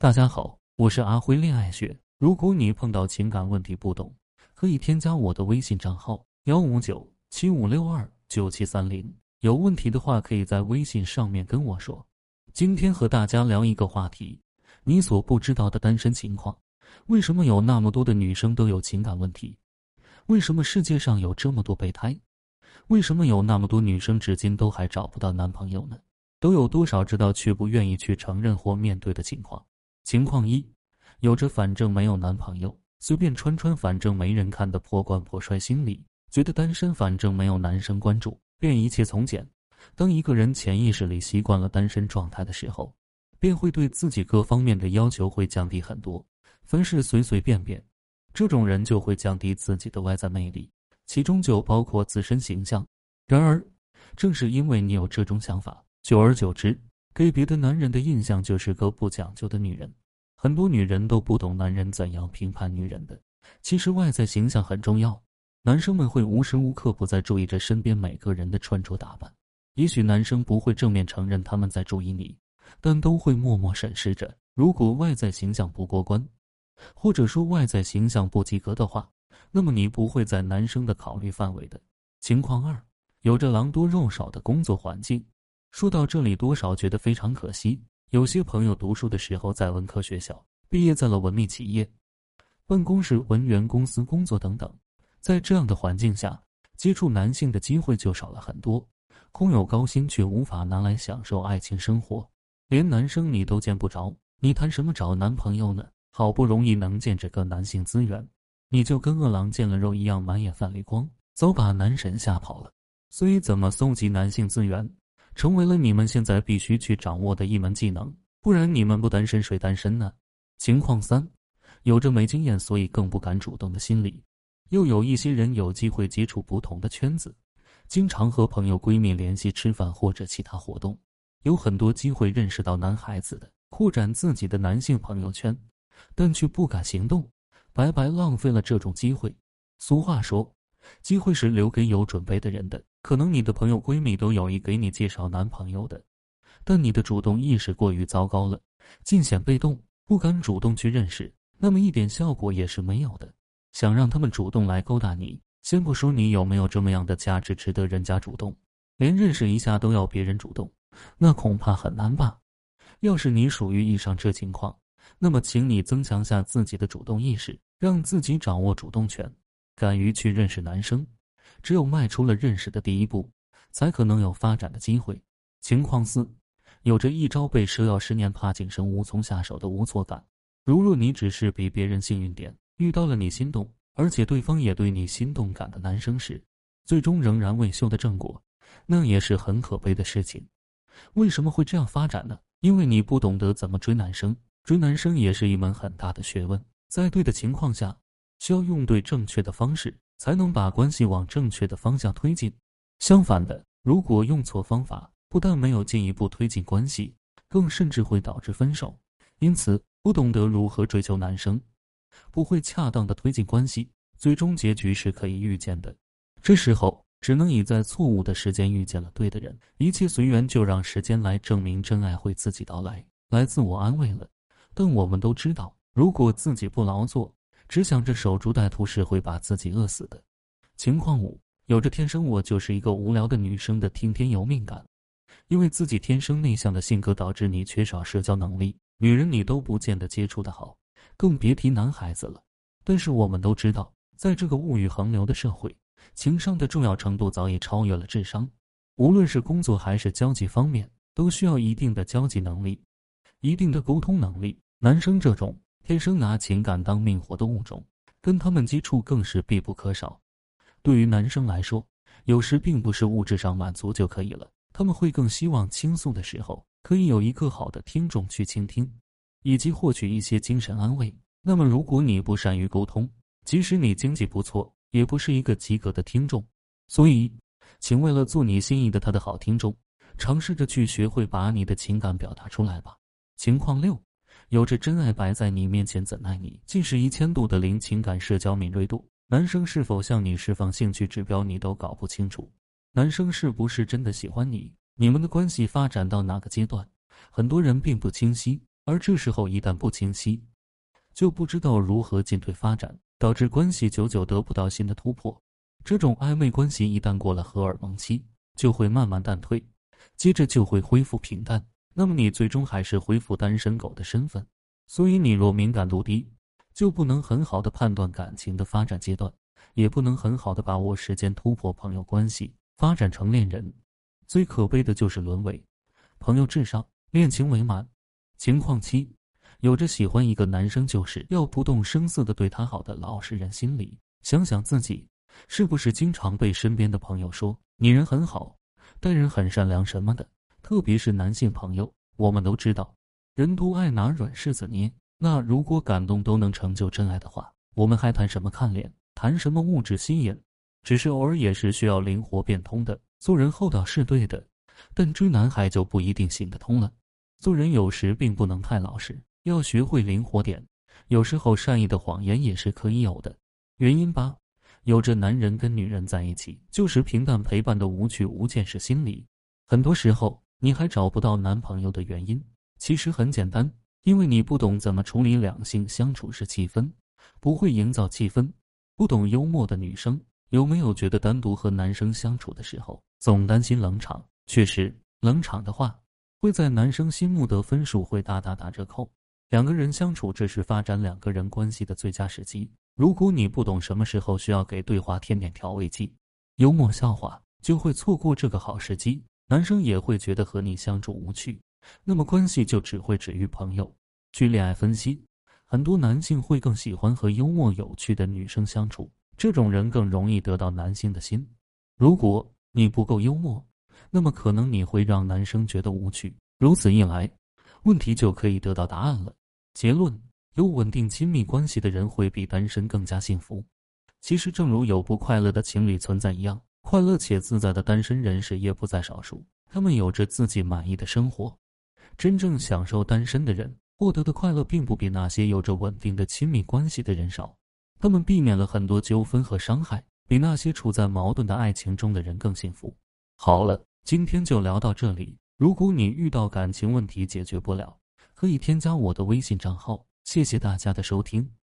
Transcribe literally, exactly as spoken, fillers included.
大家好，我是阿辉恋爱学。如果你碰到情感问题不懂，可以添加我的微信账号幺五九七五六二九七三零。有问题的话，可以在微信上面跟我说。今天和大家聊一个话题，你所不知道的单身情况。为什么有那么多的女生都有情感问题？为什么世界上有这么多备胎？为什么有那么多女生至今都还找不到男朋友呢？都有多少知道却不愿意去承认或面对的情况？情况一，有着反正没有男朋友，随便穿穿反正没人看的破罐破摔心理，觉得单身反正没有男生关注，便一切从简。当一个人潜意识里习惯了单身状态的时候，便会对自己各方面的要求会降低很多，凡事随随便便。这种人就会降低自己的外在魅力，其中就包括自身形象。然而，正是因为你有这种想法，久而久之，给别的男人的印象就是个不讲究的女人。很多女人都不懂男人怎样评判女人的。其实外在形象很重要，男生们会无时无刻不在注意着身边每个人的穿着打扮。也许男生不会正面承认他们在注意你，但都会默默审视着。如果外在形象不过关，或者说外在形象不及格的话，那么你不会在男生的考虑范围的。情况二，有着狼多肉少的工作环境。说到这里，多少觉得非常可惜。有些朋友读书的时候在文科学校，毕业在了文秘企业、办公室、文员公司工作等等，在这样的环境下，接触男性的机会就少了很多，空有高薪却无法拿来享受爱情生活，连男生你都见不着，你谈什么找男朋友呢？好不容易能见这个男性资源，你就跟饿狼见了肉一样，满眼泛泪光，早把男神吓跑了。所以怎么搜集男性资源成为了你们现在必须去掌握的一门技能，不然你们不单身谁单身呢？情况三，有着没经验所以更不敢主动的心理。又有一些人有机会接触不同的圈子，经常和朋友闺蜜联系吃饭或者其他活动，有很多机会认识到男孩子的，扩展自己的男性朋友圈，但却不敢行动，白白浪费了这种机会。俗话说，机会是留给有准备的人的。可能你的朋友闺蜜都有意给你介绍男朋友的，但你的主动意识过于糟糕了，尽显被动，不敢主动去认识，那么一点效果也是没有的。想让他们主动来勾搭你，先不说你有没有这么样的价值值得人家主动，连认识一下都要别人主动，那恐怕很难吧。要是你属于以上这情况，那么请你增强下自己的主动意识，让自己掌握主动权，敢于去认识男生。只有迈出了认识的第一步，才可能有发展的机会。情况四，有着一朝被蛇咬十年怕井绳无从下手的无措感。如若你只是比别人幸运点，遇到了你心动，而且对方也对你心动感的男生时，最终仍然未修的正果，那也是很可悲的事情。为什么会这样发展呢？因为你不懂得怎么追男生。追男生也是一门很大的学问，在对的情况下，需要用对正确的方式，才能把关系往正确的方向推进。相反的，如果用错方法，不但没有进一步推进关系，更甚至会导致分手。因此，不懂得如何追求男生，不会恰当的推进关系，最终结局是可以预见的。这时候，只能以在错误的时间遇见了对的人，一切随缘，就让时间来证明真爱会自己到来，来自我安慰了。但我们都知道，如果自己不劳作，只想着守株待兔是会把自己饿死的。情况五，有着天生我就是一个无聊的女生的听天由命感。因为自己天生内向的性格，导致你缺少社交能力，女人你都不见得接触得好，更别提男孩子了。但是我们都知道，在这个物欲横流的社会，情商的重要程度早已超越了智商。无论是工作还是交际方面，都需要一定的交际能力，一定的沟通能力。男生这种天生拿情感当命活的物种，跟他们接触更是必不可少。对于男生来说，有时并不是物质上满足就可以了，他们会更希望倾诉的时候，可以有一个好的听众去倾听，以及获取一些精神安慰。那么如果你不善于沟通，即使你经济不错，也不是一个及格的听众。所以，请为了做你心仪的他的好听众，尝试着去学会把你的情感表达出来吧。情况六，有着真爱摆在你面前怎奈你，近视一千度的零情感社交敏锐度，男生是否向你释放兴趣指标你都搞不清楚，男生是不是真的喜欢你，你们的关系发展到哪个阶段，很多人并不清晰， 而这时候一旦不清晰，就不知道如何进退发展，导致关系久久得不到新的突破。这种暧昧关系一旦过了荷尔蒙期，就会慢慢淡退，接着就会恢复平淡，那么你最终还是恢复单身狗的身份。所以你若敏感度低，就不能很好的判断感情的发展阶段，也不能很好的把握时间突破朋友关系，发展成恋人。最可悲的就是沦为朋友至上，恋情未满。情况七，有着喜欢一个男生就是要不动声色的对他好的老实人心理。想想自己是不是经常被身边的朋友说你人很好，待人很善良什么的，特别是男性朋友。我们都知道人都爱拿软柿子捏，那如果感动都能成就真爱的话，我们还谈什么看脸，谈什么物质吸引？只是偶尔也是需要灵活变通的。做人厚道是对的，但追男孩就不一定行得通了。做人有时并不能太老实，要学会灵活点。有时候善意的谎言也是可以有的。原因八，有着男人跟女人在一起就是平淡陪伴的无趣无见识心理。很多时候你还找不到男朋友的原因，其实很简单，因为你不懂怎么处理两性相处时气氛，不会营造气氛。不懂幽默的女生有没有觉得单独和男生相处的时候总担心冷场？确实，冷场的话会在男生心目的分数会大大打折扣。两个人相处，这是发展两个人关系的最佳时机。如果你不懂什么时候需要给对话添点调味剂，幽默笑话，就会错过这个好时机。男生也会觉得和你相处无趣，那么关系就只会止于朋友。据恋爱分析，很多男性会更喜欢和幽默有趣的女生相处，这种人更容易得到男性的心。如果你不够幽默，那么可能你会让男生觉得无趣，如此一来，问题就可以得到答案了。结论：有稳定亲密关系的人会比单身更加幸福。其实正如有不快乐的情侣存在一样，快乐且自在的单身人士也不在少数，他们有着自己满意的生活。真正享受单身的人获得的快乐并不比那些有着稳定的亲密关系的人少，他们避免了很多纠纷和伤害，比那些处在矛盾的爱情中的人更幸福。好了，今天就聊到这里。如果你遇到感情问题解决不了，可以添加我的微信账号。谢谢大家的收听。